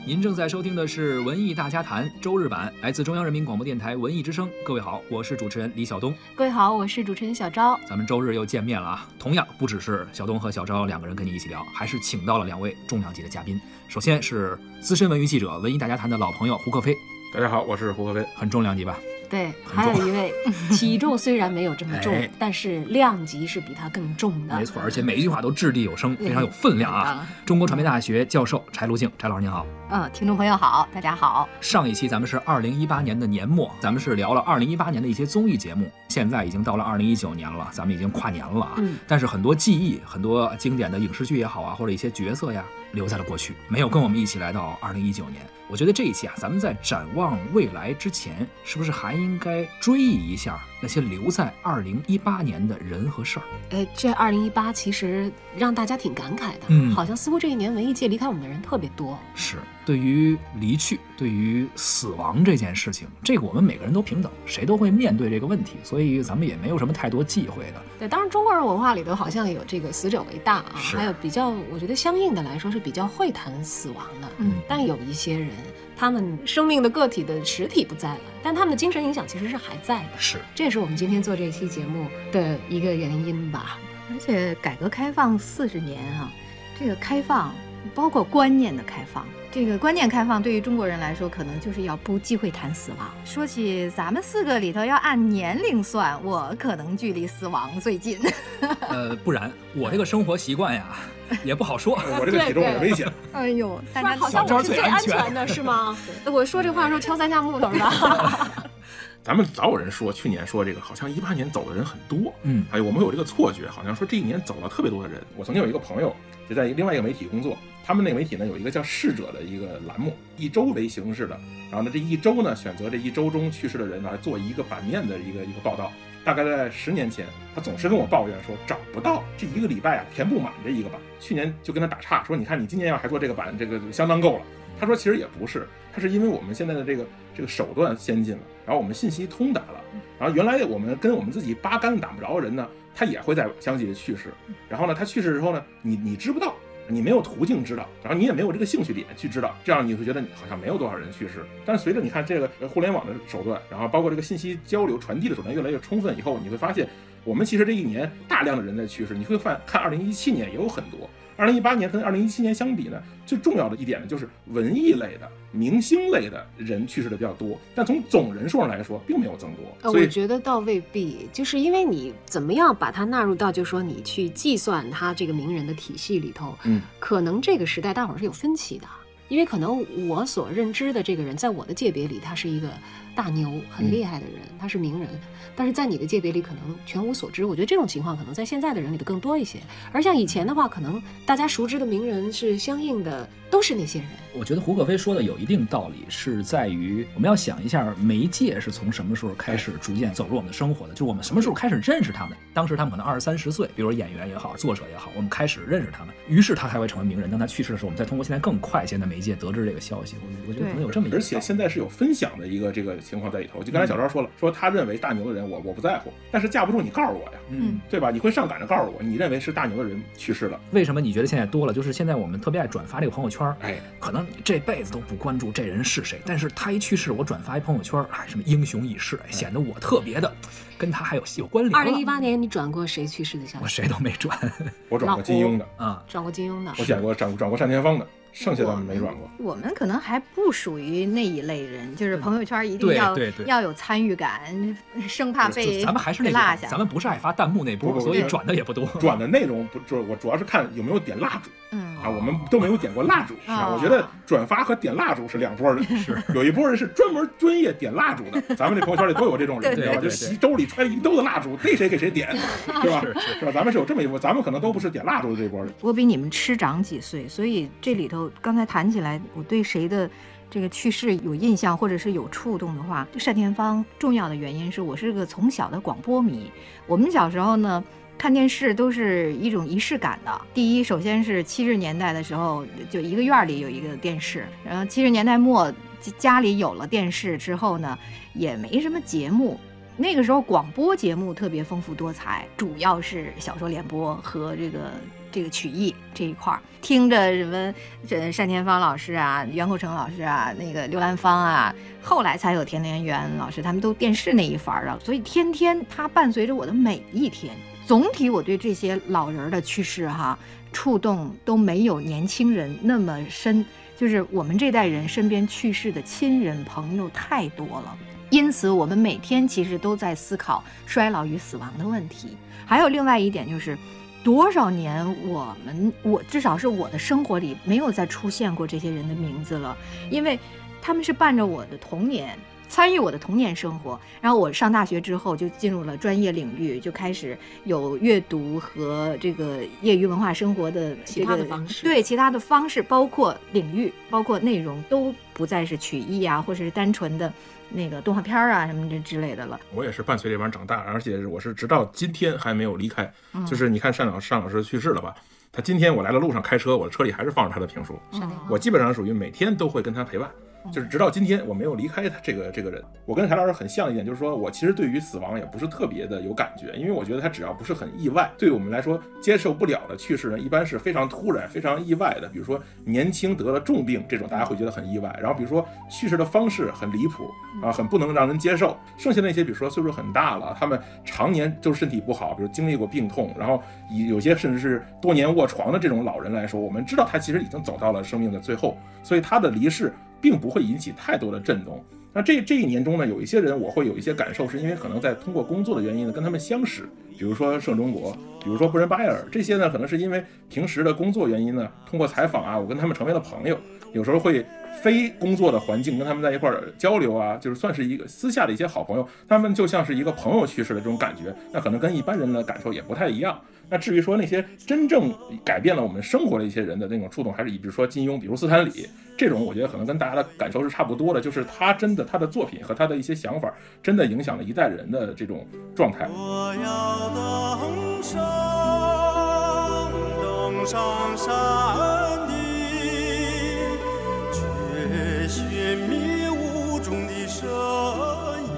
您正在收听的是文艺大家谈周日版，来自中央人民广播电台文艺之声。各位好，我是主持人李晓东。 各位好，我是主持人小昭。 咱们周日又见面了啊！同样不只是晓东和小昭两个人跟你一起聊，还是请到了两位重量级的嘉宾。首先是资深文娱记者、文艺大家谈的老朋友胡克飞。 大家好，我是胡克飞。 很重量级吧？ 对，还有一位体重虽然没有这么重，但是量级是比他更重的。 没错，而且每一句话都掷地有声，非常有分量啊！中国传媒大学教授柴路静，柴老师您好。 听众朋友好，大家好。 上一期咱们是2018年的年末，咱们是聊了2018年的一些综艺节目，现在已经到了2019年了，咱们已经跨年了啊。但是很多记忆，很多经典的影视剧也好啊，或者一些角色呀，留在了过去，没有跟我们一起来到2019年。我觉得这一期啊，咱们在展望未来之前，是不是还应该追忆一下那些留在2018年的人和事儿？ 这2018其实让大家挺感慨的，好像似乎这一年文艺界离开我们的人特别多。 是，对于离去，对于死亡这件事情，这个我们每个人都平等，谁都会面对这个问题，所以咱们也没有什么太多忌讳的。 对，当然中国人文化里头好像有这个死者为大啊，还有比较，我觉得相应的来说是比较会谈死亡的。但有一些人，他们生命的个体的实体不在了，但他们的精神影响其实是还在的。 是， 这也是我们今天做这期节目的一个原因吧。 而且改革开放40年啊，这个开放包括观念的开放，这个观念开放对于中国人来说，可能就是要不忌讳谈死亡。说起咱们4个里头要按年龄算，我可能距离死亡最近。 不然我这个生活习惯呀也不好说， 我这个体重也危险。 哎呦，大家好像我是最安全的是吗？我说这话的时候敲3下木头是吧？ 咱们老有人说，去年说这个好像18年走的人很多，我们有这个错觉，好像说这一年走了特别多的人。我曾经有一个朋友就在另外一个媒体工作，他们那个媒体呢有一个叫逝者的一个栏目，一周为形式的，然后呢这一周呢选择这一周中去世的人来做一个版面的一个报道。大概在10年前，他总是跟我抱怨说找不到这一个礼拜啊填不满这一个版。去年就跟他打岔说，你看你今年要还做这个版，这个相当够了。他说其实也不是，他是因为我们现在的这个手段先进了，然后我们信息通达了，然后原来我们跟我们自己八竿子打不着的人呢，他也会在相继的去世，然后呢他去世之后呢，你知不到，你没有途径知道，然后你也没有这个兴趣点去知道，这样你会觉得好像没有多少人去世。但是随着你看这个互联网的手段，然后包括这个信息交流传递的手段越来越充分以后，你会发现我们其实这一年大量的人在去世。你会看2017年也有很多，2018年跟2017年相比呢，最重要的一点呢，就是文艺类的、明星类的人去世的比较多，但从总人数上来说，并没有增多。 我觉得倒未必，就是因为你怎么样把它纳入到，就是说你去计算他这个名人的体系里头，可能这个时代大伙儿是有分歧的，因为可能我所认知的这个人，在我的界别里，他是一个大牛，很厉害的人，他是名人，但是在你的界别里可能全无所知。我觉得这种情况可能在现在的人里头更多一些，而像以前的话，可能大家熟知的名人是相应的都是那些人。 我觉得胡可飞说的有一定道理，是在于我们要想一下媒介是从什么时候开始逐渐走入我们的生活的，就是我们什么时候开始认识他们。当时他们可能20、30岁，比如说演员也好，作者也好，我们开始认识他们，于是他才会成为名人。当他去世的时候，我们再通过现在更快捷的媒介得知这个消息。我觉得可能有这么一个， 而且现在是有分享的一个这个情况在里头。就刚才小赵说了，说他认为大牛的人我不在乎，但是架不住你告诉我呀，对吧？你会上赶着告诉我，你认为是大牛的人去世了。 为什么你觉得现在多了？就是现在我们特别爱转发这个朋友圈，可能你这辈子都不关注这人是谁，但是他一去世，我转发一朋友圈，什么英雄已逝，显得我特别的跟他还有关联。 2018年你转过谁去世的消息？ 我谁都没转， 我转过金庸的转过金庸的， 我转过单田芳的。剩下的没转过。 我们可能还不属于那一类人，就是朋友圈一定要有参与感，生怕被咱们还是那落下。 咱们不是爱发弹幕那波，所以转的也不多。 转的内容不就是我主要是看有没有点蜡烛。我们都没有点过蜡烛我觉得转发和点蜡烛是两拨人，是有一拨人是专业点蜡烛的，咱们这朋友圈里都有这种人，知道吧？就兜里揣一兜子蜡烛，逮谁给谁点，是吧？是吧？咱们是有这么一波，咱们可能都不是点蜡烛的这波人。 我比你们吃长几岁，所以这里头刚才谈起来，我对谁的这个去世有印象或者是有触动的话，单田芳重要的原因是我是个从小的广播迷。我们小时候呢看电视都是一种仪式感的。第一，首先是70年代的时候，就一个院里有一个电视，然后70年代末家里有了电视之后呢，也没什么节目。那个时候广播节目特别丰富多彩，主要是小说联播和这个这个曲艺这一块，听着什么单田芳老师啊、袁国成老师啊、那个刘兰芳啊，后来才有田连元老师，他们都电视那一番啊，所以天天他伴随着我的每一天。总体我对这些老人的去世触动都没有年轻人那么深，就是我们这代人身边去世的亲人朋友太多了，因此我们每天其实都在思考衰老与死亡的问题。还有另外一点就是多少年我至少是我的生活里没有再出现过这些人的名字了，因为他们是伴着我的童年，参与我的童年生活，然后我上大学之后就进入了专业领域，就开始有阅读和这个业余文化生活的其他的方式， 对其他的方式，包括领域，包括内容，都不再是曲艺啊，或者是单纯的那个动画片啊什么之类的了。 我也是伴随这帮长大，而且我是直到今天还没有离开。就是你看单老师去世了吧？他今天我来的路上开车，我的车里还是放着他的评书。我基本上属于每天都会跟他陪伴。就是直到今天我没有离开他这个人。我跟柴老师很像一点，就是说我其实对于死亡也不是特别的有感觉，因为我觉得他只要不是很意外，对于我们来说接受不了的去世呢，一般是非常突然非常意外的，比如说年轻得了重病，这种大家会觉得很意外，然后比如说去世的方式很离谱很不能让人接受。剩下那些比如说岁数很大了，他们常年就是身体不好，比如经历过病痛，然后有些甚至是多年卧床的这种老人来说，我们知道他其实已经走到了生命的最后，所以他的离世并不会引起太多的震动。那这一年中呢，有一些人我会有一些感受，是因为可能在通过工作的原因呢，跟他们相识，比如说盛中国，比如说布仁巴耶尔，这些呢可能是因为平时的工作原因呢，通过采访我跟他们成为了朋友，有时候会非工作的环境跟他们在一块儿交流就是算是一个私下的一些好朋友，他们就像是一个朋友去世的这种感觉，那可能跟一般人的感受也不太一样。那至于说那些真正改变了我们生活的一些人的那种触动，还是比如说金庸，比如斯坦李这种，我觉得可能跟大家的感受是差不多的，就是他的作品和他的一些想法真的影响了一代人的这种状态。我要登上山顶，却寻觅雾中的身影。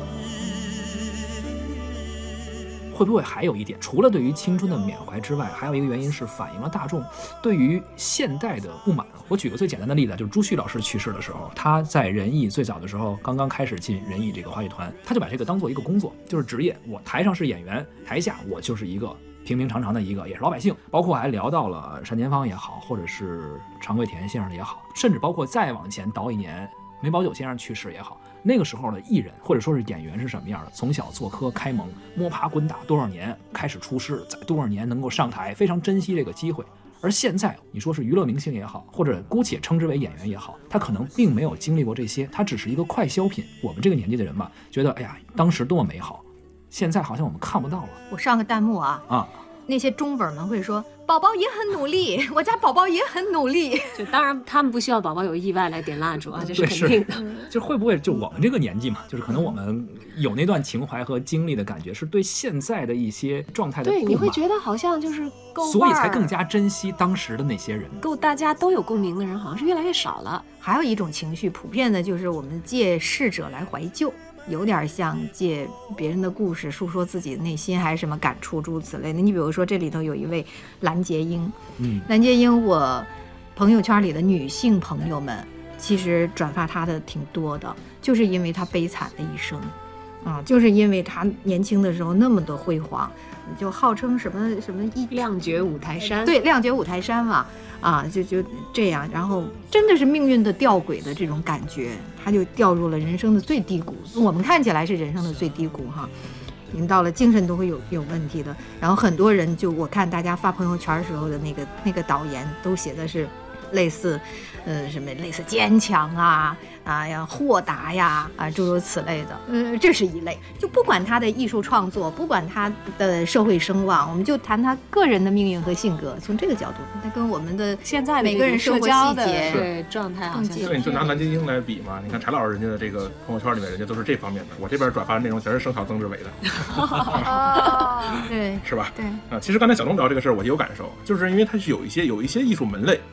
会不会还有一点，除了对于青春的缅怀之外，还有一个原因是反映了大众对于现代的不满。我举个最简单的例子，就是朱旭老师去世的时候，他在人艺最早的时候刚刚开始进人艺这个话剧团，他就把这个当做一个工作，就是职业。我台上是演员，台下我就是一个平平常常的一个也是老百姓。包括还聊到了单田芳也好，或者是常贵田先生也好，甚至包括再往前倒一年梅葆玖先生去世也好，那个时候的艺人或者说是演员是什么样的？从小做科开蒙，摸爬滚打多少年，开始出师，在多少年能够上台，非常珍惜这个机会。而现在你说是娱乐明星也好，或者姑且称之为演员也好，他可能并没有经历过这些，他只是一个快消品。我们这个年纪的人吧，觉得哎呀，当时多么美好，现在好像我们看不到了。 我上个弹幕那些中本们会说宝宝也很努力，我家宝宝也很努力。 就当然他们不希望宝宝有意外来点蜡烛这是肯定的。 就会不会就我们这个年纪嘛，就是可能我们有那段情怀和经历的感觉，是对现在的一些状态的不满。 对，你会觉得好像就是够， 所以才更加珍惜当时的那些人。 够大家都有共鸣的人好像是越来越少了。 还有一种情绪普遍的就是我们借逝者来怀旧，有点像借别人的故事诉说自己的内心还是什么感触诸如此类的。你比如说这里头有一位蓝洁瑛，蓝洁瑛我朋友圈里的女性朋友们其实转发她的挺多的，就是因为她悲惨的一生就是因为她年轻的时候那么的辉煌，就号称什么亮绝五台山， 对，亮绝五台山嘛就这样，然后真的是命运的吊诡的这种感觉，他就掉入了人生的最低谷。我们看起来是人生的最低谷已经到了精神都会有问题的。然后很多人我看大家发朋友圈时候的那个导言都写的是类似什么类似坚强豁达诸如此类的。这是一类。就不管他的艺术创作，不管他的社会声望，我们就谈他个人的命运和性格。从这个角度，他跟我们的现在每个人生活细节对状态好像对，你就拿蓝洁瑛来比嘛。你看柴老师人家的这个朋友圈里面，人家都是这方面的。我这边转发的内容全是声讨曾志伟的， 对， 是吧？ 对其实刚才小东聊这个事儿，我也有感受，就是因为它是有一些艺术门类曾经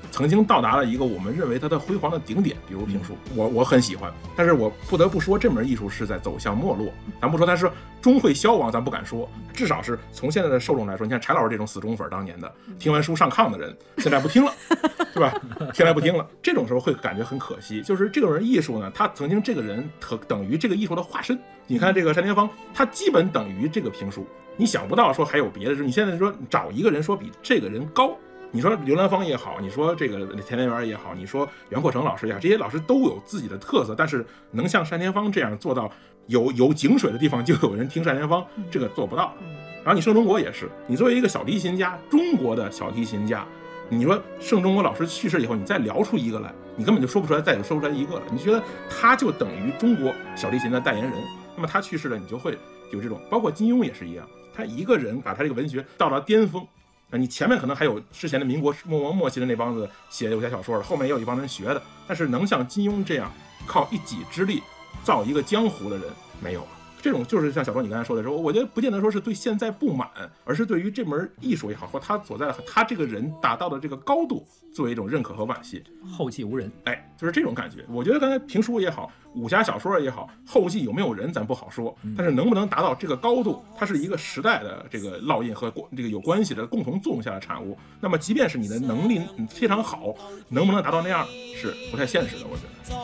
到达了一个我们认为它的辉煌的顶点，比如评书，我很喜欢，但是我不得不说这门艺术是在走向没落。咱不说它是终会消亡，咱不敢说，至少是从现在的受众来说，你看柴老师这种死忠粉，当年的听完书上炕的人，现在不听了，对吧？现在不听了，这种时候会感觉很可惜。就是这种人艺术呢，他曾经这个人等于这个艺术的化身。你看这个单田芳，他基本等于这个评书，你想不到说还有别的人。你现在说找一个人说比这个人高，你说刘兰芳也好，你说这个田连元也好，你说袁阔成老师也好，这些老师都有自己的特色，但是能像单田芳这样做到有井水的地方就有人听单田芳，这个做不到。然后你盛中国也是，你作为一个小提琴家，中国的小提琴家，你说盛中国老师去世以后，你再聊出一个来，你根本就说不出来，再也说不出来一个了。你觉得他就等于中国小提琴的代言人，那么他去世了，你就会有这种，包括金庸也是一样，他一个人把他这个文学到了巅峰。你前面可能还有之前的民国末期的那帮子写武侠小说的，后面也有一帮人学的，但是能像金庸这样靠一己之力造一个江湖的人没有了。这种就是像小周你刚才说的时候，我觉得不见得说是对现在不满，而是对于这门艺术也好，或他所在的他这个人达到的这个高度作为一种认可和惋惜， 后继无人。 就是这种感觉。我觉得刚才评书也好，武侠小说也好，后继有没有人咱不好说，但是能不能达到这个高度，它是一个时代的这个烙印和这个有关系的共同作用下的产物。那么即便是你的能力非常好，能不能达到那样是不太现实的，我觉得。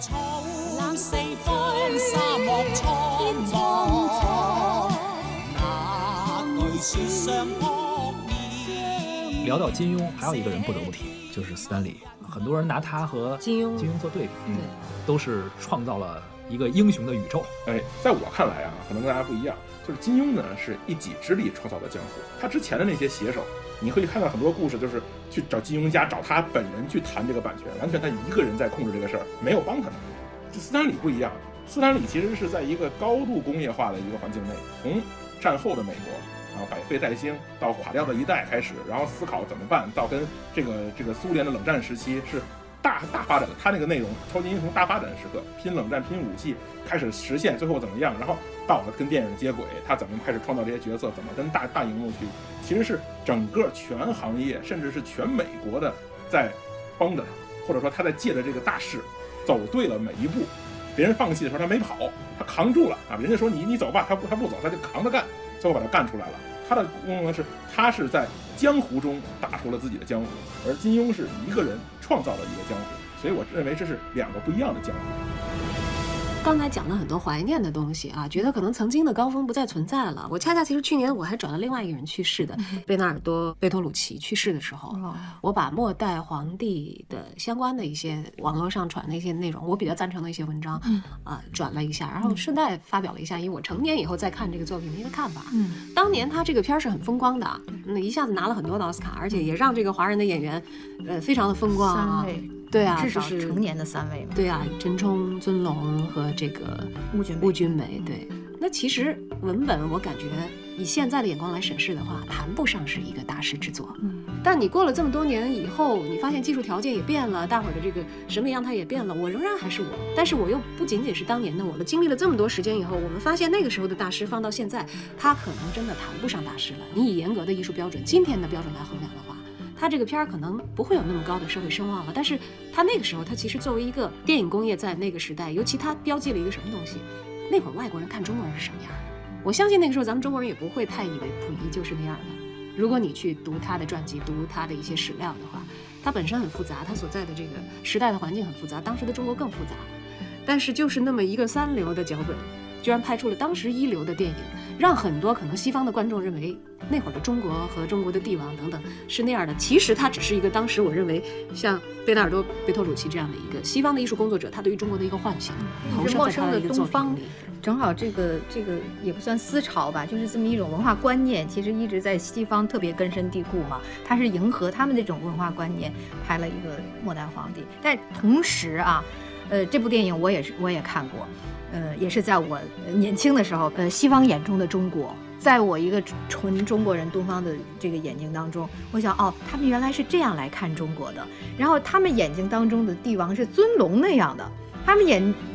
聊到金庸，还有一个人不得不提，就是斯坦李。很多人拿他和金庸做对比，都是创造了一个英雄的宇宙。 在我看来啊，可能跟大家不一样，就是金庸呢是一己之力创造的江湖。他之前的那些写手，你可以看到很多故事，就是去找金庸家，找他本人去谈这个版权，完全他一个人在控制这个事儿，没有帮他们。这斯坦李不一样，斯坦李其实是在一个高度工业化的一个环境内，从战后的美国，然后百废待兴到垮掉的一代开始，然后思考怎么办，到跟这个苏联的冷战时期是大发展的，他那个内容超级英雄大发展的时刻，拼冷战拼武器开始实现，最后怎么样，然后到了跟电影接轨，他怎么开始创造这些角色，怎么跟大荧幕去，其实是整个全行业甚至是全美国的在帮着他，或者说他在借着这个大势走对了每一步。别人放弃的时候他没跑，他扛住了啊！人家说你走吧，他不走，他就扛着干，最后把他干出来了。他的功能是，他是在江湖中打出了自己的江湖，而金庸是一个人创造了一个江湖，所以我认为这是两个不一样的江湖。 刚才讲了很多怀念的东西啊，觉得可能曾经的高峰不再存在了。我恰恰其实去年我还转了另外一个人去世的，贝纳尔多·贝托鲁奇去世的时候，我把末代皇帝的相关的一些网络上传的一些内容，我比较赞成的一些文章，转了一下，然后顺带发表了一下以我成年以后再看这个作品的一个看法。当年他这个片是很风光的，一下子拿了很多的奥斯卡，而且也让这个华人的演员，非常的风光啊。对啊， 至少成年的3位嘛。 对啊，陈冲、尊龙和这个邬君梅。对，那其实文本我感觉以现在的眼光来审视的话，谈不上是一个大师之作。但你过了这么多年以后，你发现技术条件也变了，大伙儿的这个审美样态也变了，我仍然还是我，但是我又不仅仅是当年的我了。经历了这么多时间以后，我们发现那个时候的大师放到现在，他可能真的谈不上大师了。你以严格的艺术标准，今天的标准来衡量的话，他这个片儿可能不会有那么高的社会声望了，但是他那个时候，他其实作为一个电影工业，在那个时代，尤其他标记了一个什么东西，那会儿外国人看中国人是什么样，我相信那个时候咱们中国人也不会太以为溥仪就是那样的。如果你去读他的传记，读他的一些史料的话，他本身很复杂，他所在的这个时代的环境很复杂，当时的中国更复杂，但是就是那么一个3流的脚本，居然拍出了当时1流的电影，让很多可能西方的观众认为那会儿的中国和中国的帝王等等是那样的。其实他只是一个当时我认为像贝纳尔多·贝托鲁奇这样的一个西方的艺术工作者，他对于中国的一个幻想，投射在他的一个作品里。 正好这个也不算思潮吧，就是这么一种文化观念，其实一直在西方特别根深蒂固嘛。他是迎合他们那种文化观念拍了一个末代皇帝，但同时啊，这部电影我也看过。也是在我年轻的时候，西方眼中的中国，在我一个纯中国人东方的这个眼睛当中，我想他们原来是这样来看中国的，然后他们眼睛当中的帝王是尊龙那样的，他们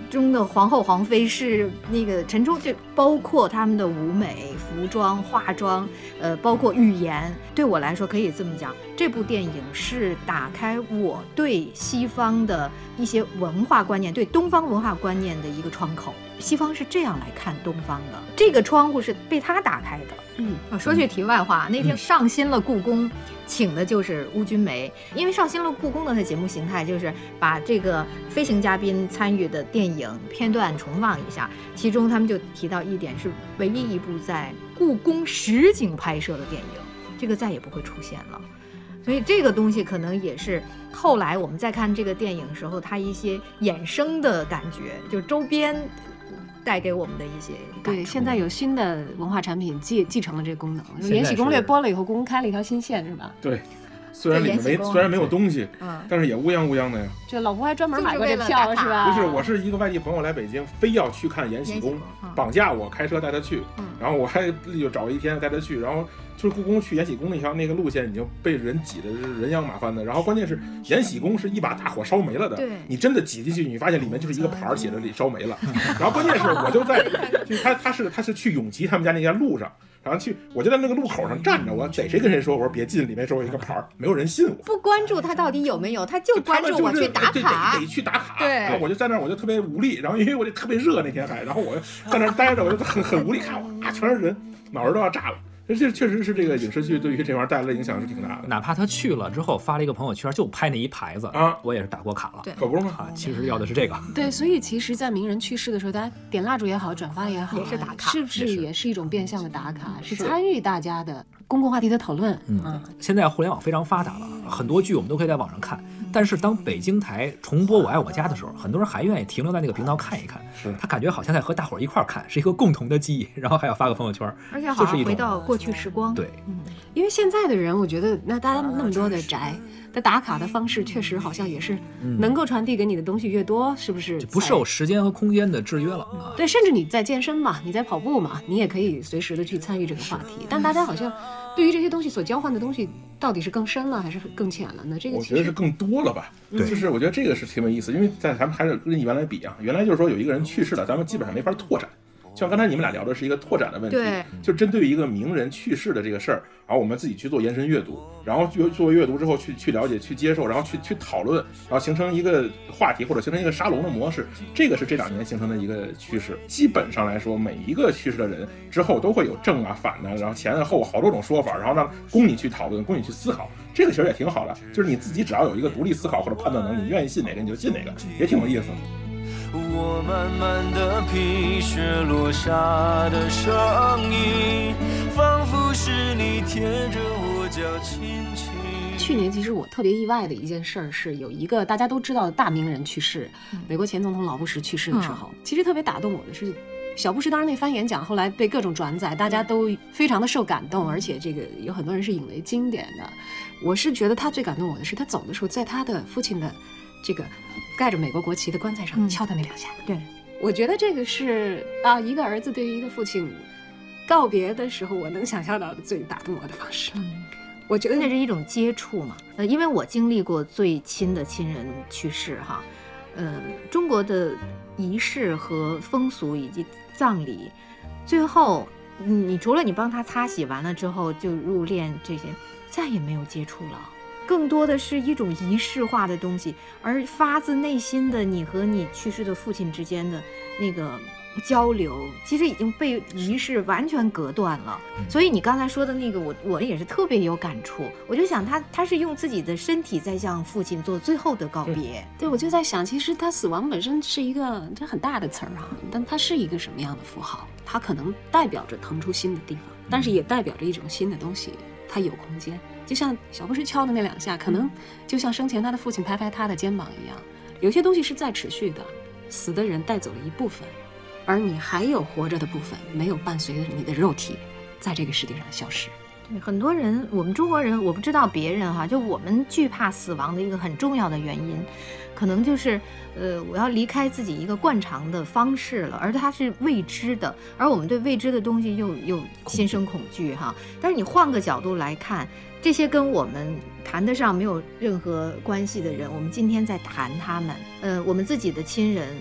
中的皇后皇妃是那个陈冲，就包括他们的舞美、服装、化妆，包括语言。对我来说，可以这么讲，这部电影是打开我对西方的一些文化观念、对东方文化观念的一个窗口。西方是这样来看东方的，这个窗户是被他打开的。说句题外话，那天上新了故宫，请的就是邬君梅，因为上新了故宫的节目形态就是把这个飞行嘉宾参与的电影片段重放一下，其中他们就提到一点，是唯一一部在故宫实景拍摄的电影，这个再也不会出现了。所以这个东西可能也是后来我们在看这个电影的时候，它一些衍生的感觉，就周边带给我们的一些感对，现在有新的文化产品继承了这个功能。《延禧攻略》播了以后，故宫开了一条新线，是吧？ 对，虽然没有东西，但是也乌泱乌泱的呀。 这老婆还专门买过这票，是吧？ 不是，我是一个外地朋友来北京，非要去看延禧宫，绑架我，开车带他去，然后我还就找了一天带他去，然后就是故宫去延禧宫那个路线已经被人挤得人仰马翻的，然后关键是延禧宫是一把大火烧没了的，你真的挤进去，你发现里面就是一个牌写着里烧没了，然后关键是我就在，就是他是去永吉他们家那条路上。然后我就在那个路口上站着，我逮谁跟谁说，我说别进，里面说有一个牌，没有人信我。 不关注他到底有没有，他就关注我去打卡， 得去打卡。 对， 然后我就在那儿，我就特别无力，然后因为我就特别热那天还，然后我在那儿待着，我就很无力，看哇，全是人，脑子都要炸了。这确实是这个影视剧对于这玩意儿带来的影响是挺大的。 哪怕他去了之后发了一个朋友圈，就拍那一牌子啊，我也是打过卡了， 可不是吗？ 其实要的是这个。 对，所以其实，在名人去世的时候，大家点蜡烛也好，转发也好， 也是打卡， 是不是也是一种变相的打卡？是参与大家的公共话题的讨论。 现在互联网非常发达了，很多剧我们都可以在网上看。但是当北京台重播《我爱我家》的时候，很多人还愿意停留在那个频道看一看，他感觉好像在和大伙儿一块儿看，是一个共同的记忆，然后还要发个朋友圈， 而且好像回到过去时光。 对， 因为现在的人，我觉得那大家那么多的宅的打卡的方式，确实好像也是能够传递给你的东西越多，是不是就不受时间和空间的制约了？ 对，甚至你在健身嘛，你在跑步嘛，你也可以随时的去参与这个话题。但大家好像对于这些东西所交换的东西，到底是更深了还是更浅了呢？这个我觉得是更多了吧。对，就是我觉得这个是挺有意思，因为在咱们还是跟你原来比啊，原来就是说有一个人去世了，咱们基本上没法拓展。像刚才你们俩聊的是一个拓展的问题，就针对于一个名人去世的这个事儿，然后我们自己去做延伸阅读，然后做阅读之后去了解、去接受，然后去讨论，然后形成一个话题或者形成一个沙龙的模式。这个是这2年形成的一个趋势。基本上来说，每一个去世的人之后都会有正啊、反啊，然后前啊后好多种说法，然后让供你去讨论、供你去思考。这个其实也挺好的，就是你自己只要有一个独立思考或者判断能力，你愿意信哪个你就信哪个，也挺有意思的。 我慢慢的皮雪落下的声音，仿佛是你贴着我脚轻轻。 去年其实我特别意外的一件事是，有一个大家都知道的大名人去世，美国前总统老布什去世的时候，其实特别打动我的是，小布什当时那番演讲后来被各种转载，大家都非常的受感动，而且这个有很多人是引为经典的。我是觉得他最感动我的是，他走的时候在他的父亲的这个盖着美国国旗的棺材上敲的那2下。 对， 我觉得这个是一个儿子对于一个父亲告别的时候，我能想象到的最打动我的方式。我觉得那是一种接触嘛。因为我经历过最亲的亲人去世哈，中国的仪式和风俗以及葬礼，最后你除了你帮他擦洗完了之后就入殓这些，再也没有接触了。更多的是一种仪式化的东西，而发自内心的你和你去世的父亲之间的那个交流，其实已经被仪式完全隔断了。所以你刚才说的那个，我也是特别有感触。我就想他是用自己的身体在向父亲做最后的告别。 对，我就在想，其实他死亡本身是一个这很大的词儿啊，但它是一个什么样的符号？它可能代表着腾出新的地方，但是也代表着一种新的东西，它有空间。就像小布什敲的那2下，可能就像生前他的父亲拍拍他的肩膀一样，有些东西是在持续的。死的人带走了一部分，而你还有活着的部分，没有伴随着你的肉体在这个世界上消失。 对，很多人，我们中国人，我不知道别人哈，就我们惧怕死亡的一个很重要的原因，可能就是我要离开自己一个惯常的方式了，而它是未知的，而我们对未知的东西又心生恐惧哈。但是你换个角度来看，这些跟我们谈得上没有任何关系的人，我们今天在谈他们，我们自己的亲人，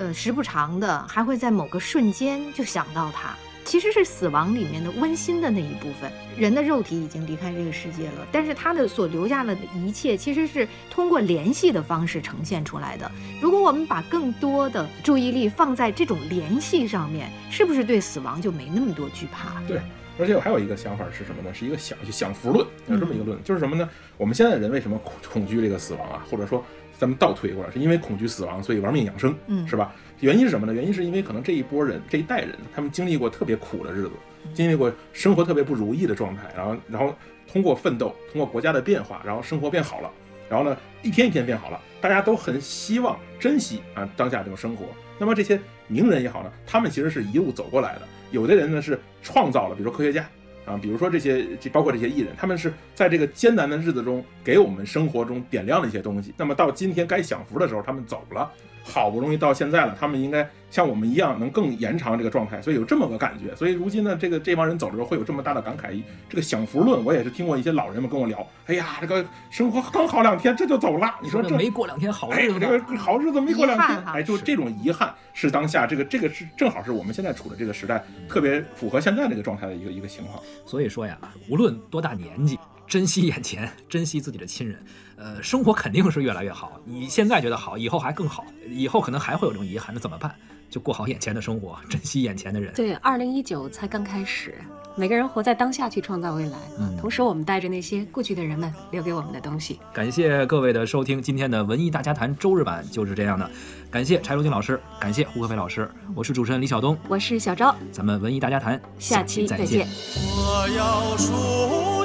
时不常的还会在某个瞬间就想到他。其实是死亡里面的温馨的那一部分，人的肉体已经离开这个世界了，但是他的所留下的一切其实是通过联系的方式呈现出来的。如果我们把更多的注意力放在这种联系上面，是不是对死亡就没那么多惧怕？ 对，而且我还有一个想法是什么呢？是一个享福论，有这么一个论，就是什么呢？我们现在的人为什么恐惧这个死亡啊？或者说咱们倒推过来，是因为恐惧死亡，所以玩命养生，是吧？原因是什么呢？原因是因为可能这一波人，这一代人，他们经历过特别苦的日子，经历过生活特别不如意的状态，然后通过奋斗，通过国家的变化，然后生活变好了，然后呢，一天一天变好了，大家都很希望珍惜当下这种生活。那么这些名人也好呢，他们其实是一路走过来的。有的人呢是创造了，比如说科学家比如说包括这些艺人，他们是在这个艰难的日子中给我们生活中点亮了一些东西。那么到今天该享福的时候，他们走了，好不容易到现在了，他们应该像我们一样能更延长这个状态，所以有这么个感觉。所以如今呢，这帮人走的时候会有这么大的感慨。这个享福论，我也是听过一些老人们跟我聊，哎呀，这个生活刚好2天这就走了，你说这没过2天好日子， 这个好日子没过2天，就这种遗憾是当下这个是正好是我们现在处的这个时代特别符合现在这个状态的一个情况。 所以说呀，无论多大年纪，珍惜眼前，珍惜自己的亲人，生活肯定是越来越好。你现在觉得好，以后还更好，以后可能还会有这种遗憾，那怎么办？就过好眼前的生活，珍惜眼前的人。 对，2019才刚开始，每个人活在当下去创造未来。同时我们带着那些过去的人们留给我们的东西。 感谢各位的收听，今天的文艺大家谈周日版就是这样的。感谢柴荣静老师，感谢胡可飞老师，我是主持人李晓东， 我是小昭， 咱们文艺大家谈下期再见。 我要树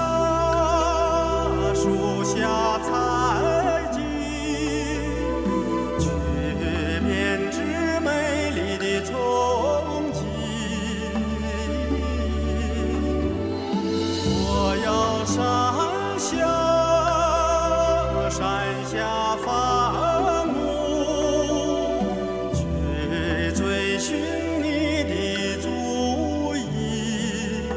下采集，去编织美丽的憧憬。我要山下放牧，去追寻你的足印。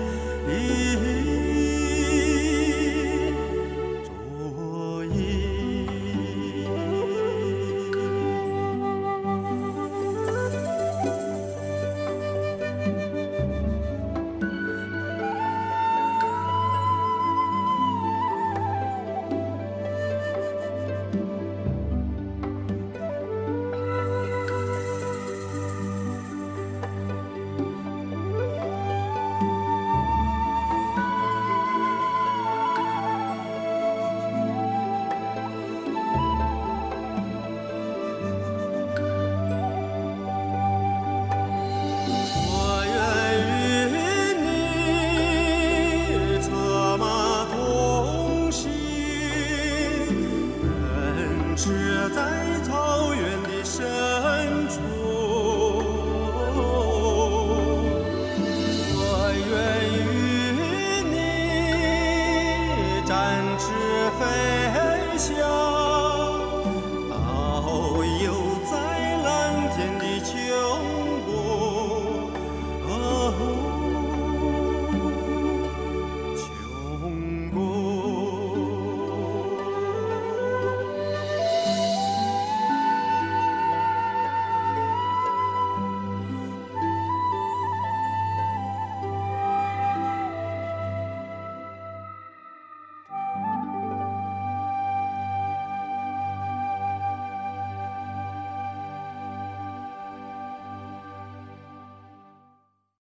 是在草原的深处。